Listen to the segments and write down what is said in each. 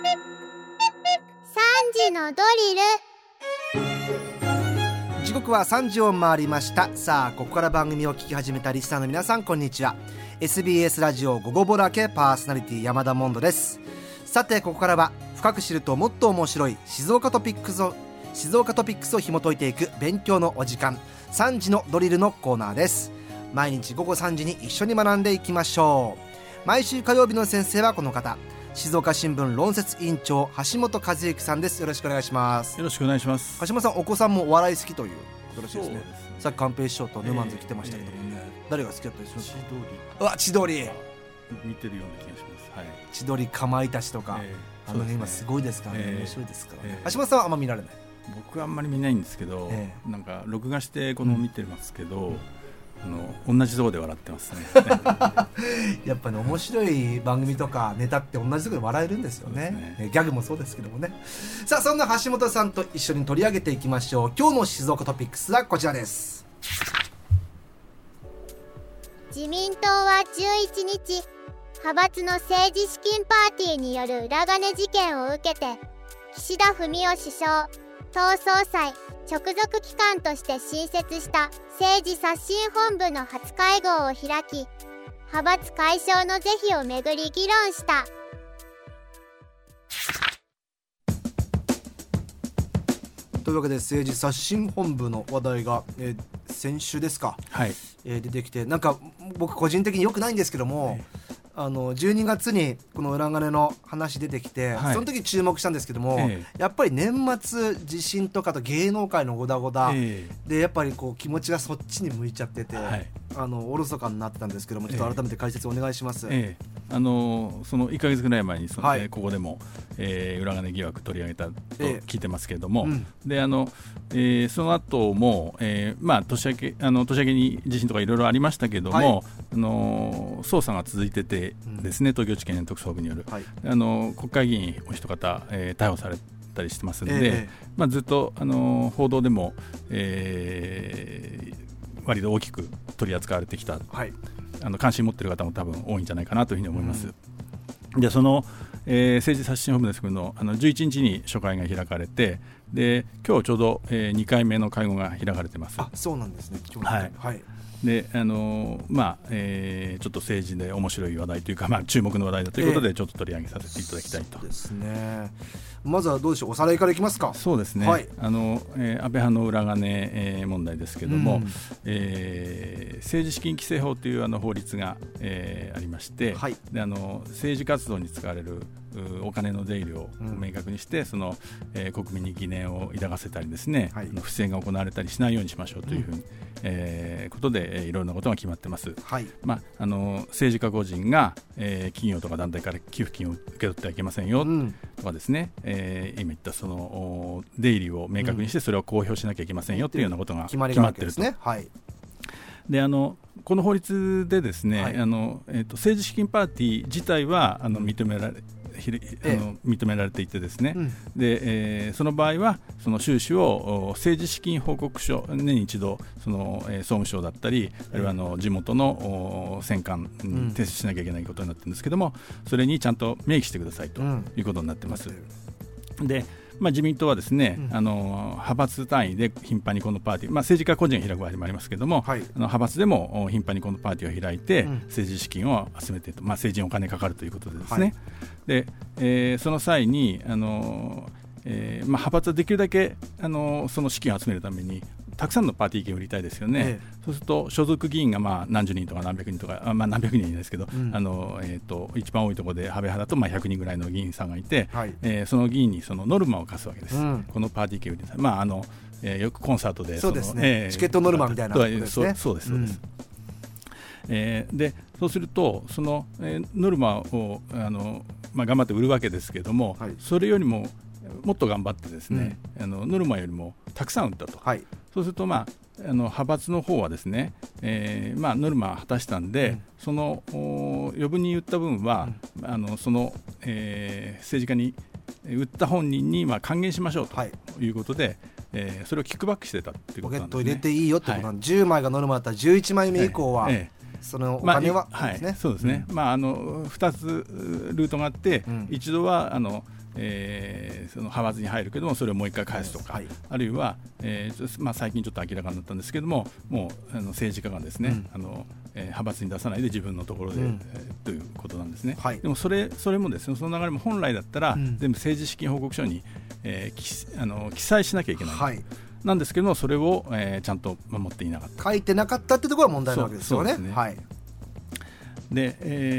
時のドリル。 時刻は3時を回りました。さあここから番組を聞き始めたリスナーの皆さん、こんにちは。 SBS ラジオ午後ぼらけパーソナリティ山田モンドです。さてここからは深く知るともっと面白い静岡トピックスを紐解いていく勉強のお時間、3時のドリルのコーナーです。毎日午後3時に一緒に学んでいきましょう。毎週火曜日の先生はこの方、静岡新聞論説委員長橋本和之さんです。よろしくお願いします。 よろしくお願いします。 橋本さん、お子さんもお笑い好きということらしいですね。 そうですね。 さっき寛平師匠と沼津来てましたけども、誰が好きだったりしますか？千鳥見てるような気がします。はい、 千鳥かまいたちとか、あの辺今すごいですからね、面白いですからね。橋本さんはあんま見られない？ 僕はあんまり見ないんですけど、なんか録画してこの見てますけど、同じところで笑ってますね。 やっぱり、ね、面白い番組とかネタって同じところで笑えるんですよ ね。ギャグもそうですけどもね。さあそんな橋本さんと一緒に取り上げていきましょう。今日の静岡トピックスはこちらです。 自民党は11日、派閥の政治資金パーティーによる裏金事件を受けて、岸田文雄首相、党総裁直属機関として新設した政治刷新本部の初会合を開き、派閥解消の是非をめぐり議論した。 というわけで政治刷新本部の話題が、先週ですか、出てきて、なんか僕個人的に良くないんですけども、12月にこの裏金の話出てきて、その時注目したんですけども、やっぱり年末地震とかと芸能界のゴダゴダ、でやっぱりこう気持ちがそっちに向いちゃってて、おろそかになってたんですけども、ちょっと改めて解説お願いします。 その1ヶ月ぐらい前にここでも、裏金疑惑取り上げたと聞いてますけれども、でその後も、年明けに地震とかいろいろありましたけれども、捜査が続いててですね、東京地検特捜部による、国会議員お一方、逮捕されたりしてますので、ずっと報道でも、割と大きく取り扱われてきた、関心持っている方も多分多いんじゃないかなというふうに思います。でその、政治刷新本部ですけど11日に初会が開かれて、で今日ちょうど、2回目の会合が開かれてます。 そうなんですね。 でちょっと政治で面白い話題というか、注目の話題だということで、ちょっと取り上げさせていただきたいと。 そうですね。まずはどうでしょう、おさらいからいきますか。 そうですね、安倍派の裏金、問題ですけども、政治資金規正法という法律が、ありまして、で政治活動に使われるお金の出入りを明確にして、国民に疑念を抱かせたりですね、不正が行われたりしないようにしましょうというふうに、ことで、いろんなことが決まってます。政治家個人が、企業とか団体から給付金を受け取ってはいけませんよ、とかですね、今言ったその出入りを明確にしてそれを公表しなきゃいけませんよというようなことが決まっていると。でこの法律でですね、政治資金パーティー自体は認められていてですね、でその場合はその収支を政治資金報告書、年に一度総務省だったり、あるいは地元の選管に提出しなきゃいけないことになってるんですけども、それにちゃんと明記してくださいということになってます。で自民党はですね、派閥単位で頻繁にこのパーティー、政治家個人が開く場合もありますけれども、派閥でも頻繁にこのパーティーを開いて、政治資金を集めてと、政治にお金かかるということでですね、でその際に派閥はできるだけその資金を集めるためにたくさんのパーティー券を売りたいですよね。そうすると所属議員が何十人とか何百人とか、何百人ですけど、一番多いところで安倍派だと100人ぐらいの議員さんがいて、その議員にそのノルマを課すわけです。このパーティー券を売りたい、よくコンサートでそうですね、チケットノルマみたいなことですね。 そうです、そうです。でそうするとその、ノルマを頑張って売るわけですけれども、それよりももっと頑張ってですね、ノルマよりもたくさん売ったと、そうすると、派閥の方はですね、ノルマを果たしたんで、その余分に言った分は、その、政治家に売った本人に還元しましょうということで、それをキックバックしてたっていうことなんですね。ポケット入れていいよってことなんで、10枚がノルマだったら11枚目以降は、そのお金は、そうですね、2つルートがあって、一度はその派閥に入るけどもそれをもう一回返すとか、あるいは、最近ちょっと明らかになったんですけども、もう政治家がですね、派閥に出さないで自分のところで、ということなんですね。でもそれもですね、その流れも本来だったら、全部政治資金報告書に、記載しなきゃいけない、なんですけどもそれを、ちゃんと守っていなかった、 書いてなかったってところが問題なわけですよね。 で、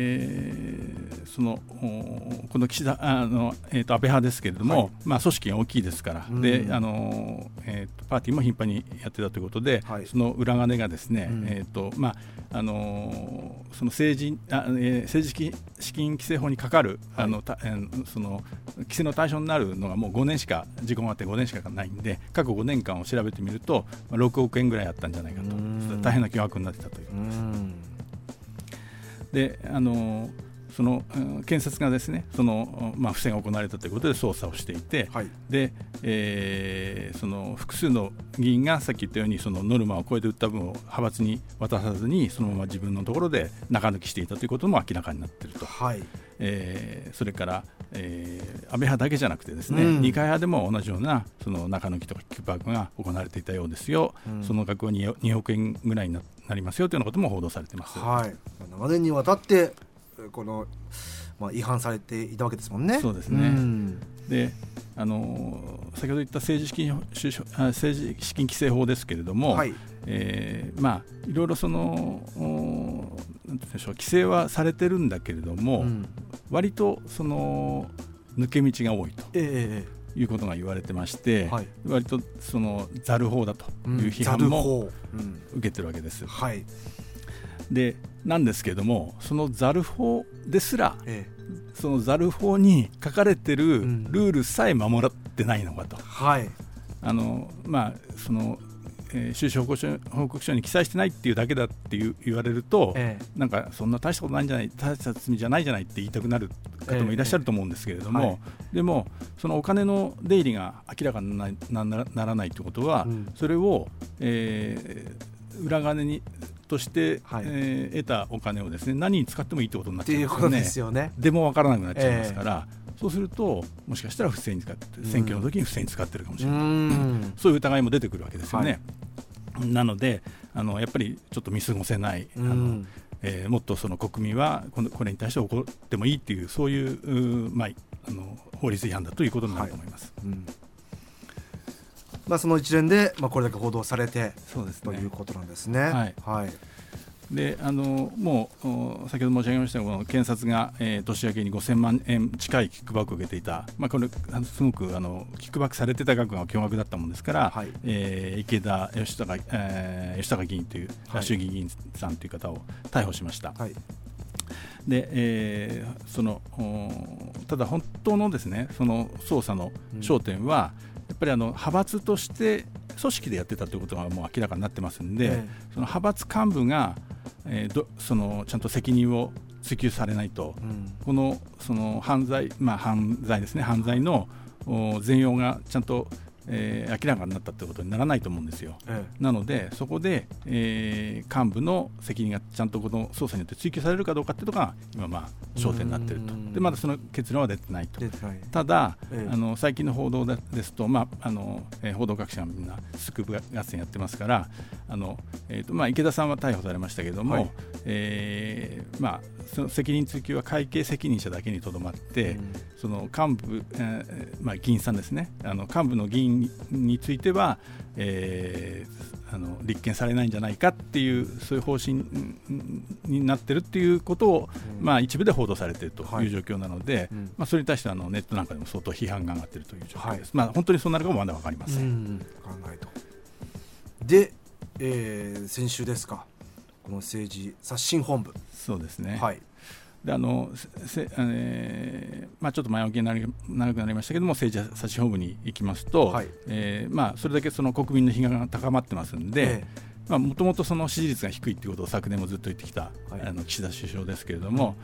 この岸田安倍派ですけれども、組織が大きいですから、でパーティーも頻繁にやってたということで、その裏金がですね、その政治資金規正法にかかるその規制の対象になるのがもう5年しか時効があって5年しかないんで、過去5年間を調べてみると6億円ぐらいあったんじゃないかと、大変な巨額になってたということです。でその検察がですね不正が行われたということで捜査をしていて、でその複数の議員がさっき言ったようにそのノルマを超えて売った分を派閥に渡さずにそのまま自分のところで中抜きしていたということも明らかになっていると、それから、安倍派だけじゃなくてですね、二階派でも同じようなその中抜きとかキックバックが行われていたようですよ、その額は 2億円ぐらいになりますよというようなことも報道されています。 長年にわたってこの、違反されていたわけですもんね。 そうですね。で先ほど言った政治資金規正法ですけれども、いろいろそのなんていうんでしょう、規制はされてるんだけれども、割とその抜け道が多いと、いうことが言われてまして、割とそのザル法だという批判も受けてるわけです。でなんですけれども、そのザル法ですら、そのザル法に書かれてるルールさえ守らってないのかと、その収支報告書に記載してないっていうだけだって言われると、なんかそんな大したことないんじゃない、大した罪じゃないじゃないって言いたくなる方もいらっしゃると思うんですけれども、でもそのお金の出入りが明らかにならないということは、それを、裏金にとして、得たお金をですね、何に使ってもいいということになっちゃうんですよね。でも分からなくなっちゃいますから、そうするともしかしたら不正に使って選挙の時に不正に使ってるかもしれない、そういう疑いも出てくるわけですよね。なのでやっぱりちょっと見過ごせない、もっとその国民はこれに対して怒ってもいいっていう、そういう法律違反だということになると思います。 その一連で、これだけ報道されてということなんですね。 でもう先ほど申し上げましたが、検察が、年明けに5000万円近いキックバックを受けていた、これすごくキックバックされてた額が巨額だったものですから、池田義孝議員という衆議院議員さんという方を逮捕しました。でただ本当のですね、その捜査の焦点は、やっぱり派閥として組織でやってたということがもう明らかになってますんで、その派閥幹部が、そのちゃんと責任を追及されないと、その犯罪ですね、犯罪の全容がちゃんと、明らかになったということにならないと思うんですよ。なのでそこで、幹部の責任がちゃんとこの捜査によって追及されるかどうかというのが今焦点になっていると。でまだその結論は出てないと。ただ、最近の報道ですと、報道各社がみんなスクープ合戦やってますから、池田さんは逮捕されましたけれども、その責任追及は会計責任者だけにとどまって、その幹部、議員さんですね、幹部の議員については、立件されないんじゃないかっていう、そういう方針になっているっていうことを、一部で報道されているという状況なので、それに対してはネットなんかでも相当批判が上がっているという状況です。本当にそうなるかもまだ分かりません。 で、先週ですか、この政治刷新本部。 そうですね。でちょっと前置きに長くなりましたけども、政治刷新本部に行きますと、それだけその国民の批判が高まってますんで、もともとその支持率が低いということを昨年もずっと言ってきた、岸田首相ですけれども、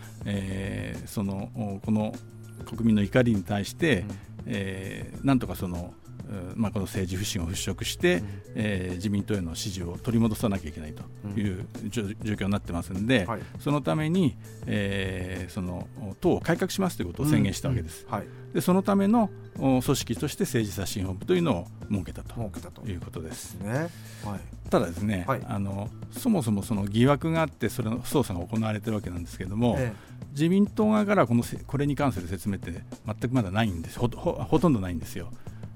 この国民の怒りに対して、なんとかそのこの政治不信を払拭して、自民党への支持を取り戻さなきゃいけないという状況になってますので、そのために、その党を改革しますということを宣言したわけです。でそのための組織として政治刷新本部というのを設けたということです。ただですね、そもそもその疑惑があってそれの捜査が行われているわけなんですけれども、自民党側からこれに関する説明って全くまだないんです。ほとんどないんですよ。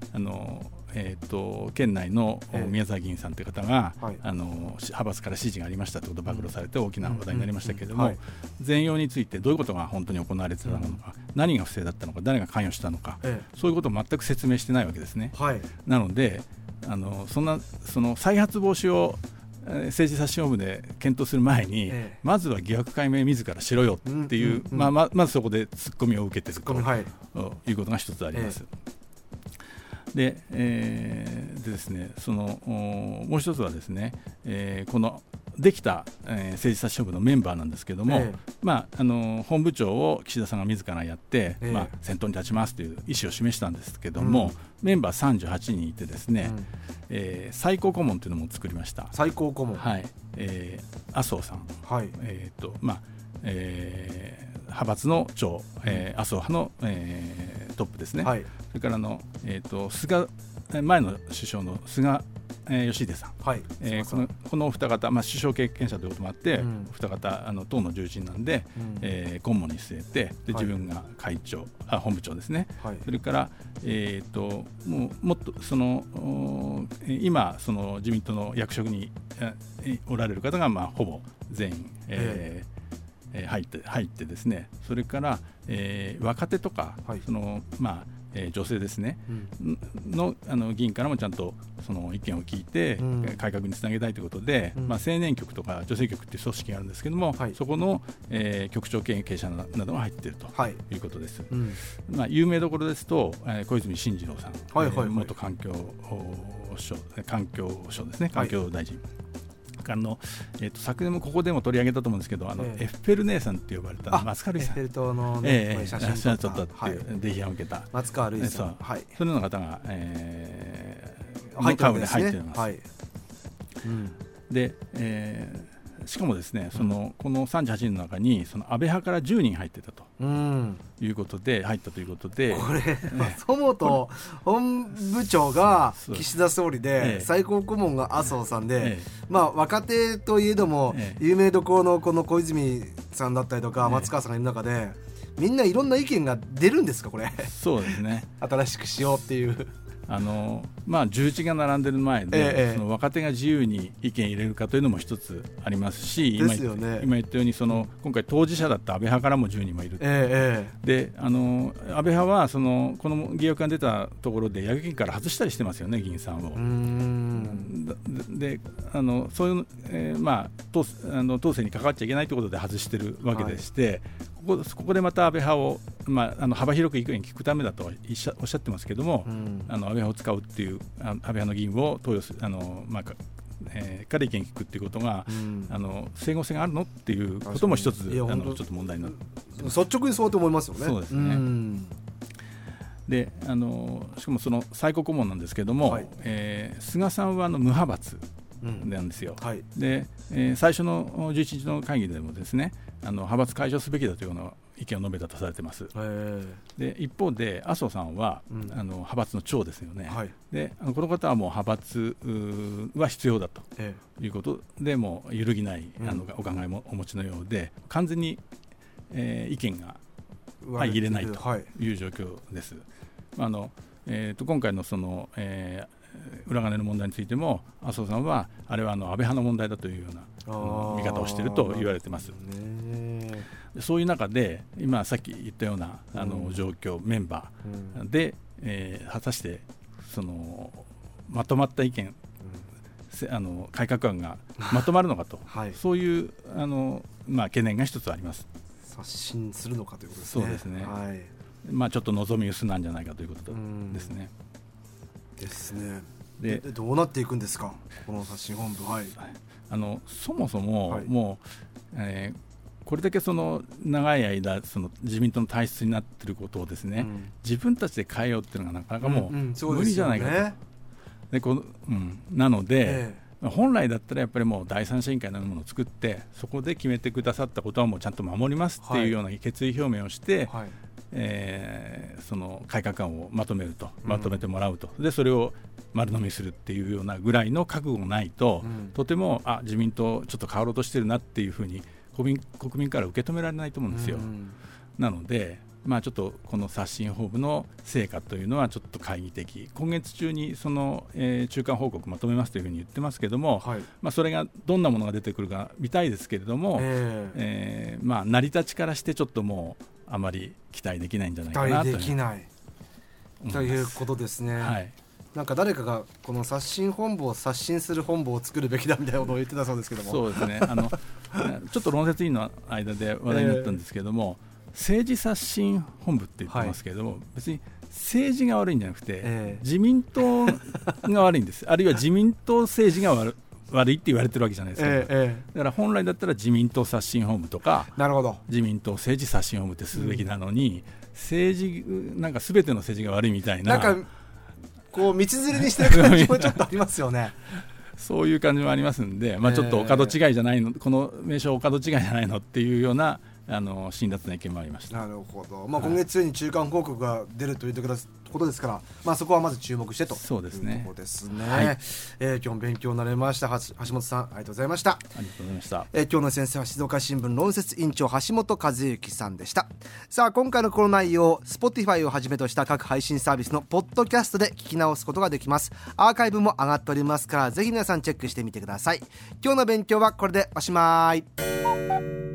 県内の宮沢議員さんという方が、派閥から指示がありましたということを暴露されて大きな話題になりましたけれども、全容についてどういうことが本当に行われていたのか、何が不正だったのか、誰が関与したのか、そういうことを全く説明してないわけですね。なのでその再発防止を政治刷新本部で検討する前に、まずは疑惑解明自らしろよっていう、まずそこでツッコミを受けているということが一つあります。でですね、もう一つはですね、このできた、政治刷新本部のメンバーなんですけれども、本部長を岸田さんが自らやって、先頭に立ちますという意思を示したんですけれども、メンバー38人いてですね、最高顧問というのも作りました。 最高顧問、 麻生さん、派閥の長、麻生派の、トップですね。それから前の首相の菅義偉さん、このお二方、首相経験者ということもあって、お二方党の重鎮なんで、顧問に据えて、で自分が本部長ですね。それからもっと今自民党の役職におられる方がほぼ全員、入ってですね、それから、若手とか、女性ですね、の議員からもちゃんとその意見を聞いて、改革につなげたいということで、青年局とか女性局という組織があるんですけども、そこの、局長経験者などが入っているということです。有名どころですと、小泉進次郎さん、元環境省ですね、環境大臣。昨年もここでも取り上げたと思うんですけど、エッフェル姉さんって呼ばれた松川るいさん、 エッフェル塔の、写真撮ったで批判を受けた松川るいさん、 そのような方が、 入ってるんですね。 入ってます。で、しかもですね、この38人の中に安倍派から10人入ってたということで、入ったということで、 これそもと本部長が岸田総理で、最高顧問が麻生さんで、若手といえども有名どころのこの小泉さんだったりとか松川さんがいる中で、みんないろんな意見が出るんですか、これ。 そうですね。 新しくしようっていう重鎮が並んでる前で、その若手が自由に意見入れるかというのも一つありますし、今言ったように今回当事者だった安倍派からも10人もいる、で安倍派はこの疑惑が出たところで役員から外したりしてますよね、議員さんを。でそういう、党政に関わっちゃいけないということで外してるわけでして、ここでまた安倍派を、幅広く意見聞くためだとおっしゃってますけども、安倍派を使うっていう、安倍派の議員を投与するから意見聞くっていうことが、整合性があるのっていうことも一つちょっと問題になる。 率直にそうと思いますよね。 そうですね。でしかもその最高顧問なんですけども、菅さんは無派閥なんですよ。で、最初の11日の会議でもですね、派閥解消すべきだというような意見を述べたとされています。で一方で麻生さんは、派閥の長ですよね。でこの方はもう派閥は必要だということで、もう揺るぎないお考えもお持ちのようで、完全に、意見が相入れないという状況です。今回の裏金の問題についても麻生さんはあれは安倍派の問題だというような見方をしていると言われています。そういう中で今さっき言ったような状況、メンバーで、果たしてまとまった意見、改革案がまとまるのかと、そういう懸念が一つあります。 刷新するのかということですね。 そうですね。ちょっと望み薄なんじゃないかということですね。 ですね。でどうなっていくんですか、この刷新本部。 そもそも、もう、 これだけその長い間その自民党の体質になっていることをですね、自分たちで変えようっていうのがなかなかもう無理じゃないかと。なので、本来だったらやっぱりもう第三者委員会のものを作って、そこで決めてくださったことはもうちゃんと守りますっていうような決意表明をして、その改革案をまとめてもらうと、でそれを丸飲みするっていうようなぐらいの覚悟がないと、とても自民党ちょっと変わろうとしてるなっていうふうに国民から受け止められないと思うんですよ。なのでちょっとこの刷新本部の成果というのはちょっと懐疑的。今月中にその、中間報告まとめますというふうに言ってますけども、それがどんなものが出てくるか見たいですけれども、成り立ちからしてちょっともうあまり期待できないんじゃないかなと。 期待できないということですね。なんか誰かがこの刷新本部を刷新する本部を作るべきだみたいなことを言ってたそうですけども、 そうですねちょっと論説委員の間で話題になったんですけども、政治刷新本部って言ってますけれども、別に政治が悪いんじゃなくて、自民党が悪いんです。あるいは自民党政治が悪いって言われてるわけじゃないですか。だから本来だったら自民党刷新本部とか、自民党政治刷新本部ってするべきなのに、政治なんか全ての政治が悪いみたいな、 なんかこう道連れにしてる感じもちょっとありますよね。 そういう感じもありますんで、ちょっとお門違いじゃないの、この名称お門違いじゃないのっていうような辛辣な意見もありました。 なるほど。今月中に中間報告が出るということですから、そこはまず注目してということですね。今日も勉強になれました。橋本さん、ありがとうございました。 ありがとうございました。 今日の先生は静岡新聞論説委員長橋本和之さんでした。さあ、今回のこの内容、Spotify をはじめとした各配信サービスのポッドキャストで聞き直すことができます。アーカイブも上がっておりますから、ぜひ皆さんチェックしてみてください。今日の勉強はこれでおしまい。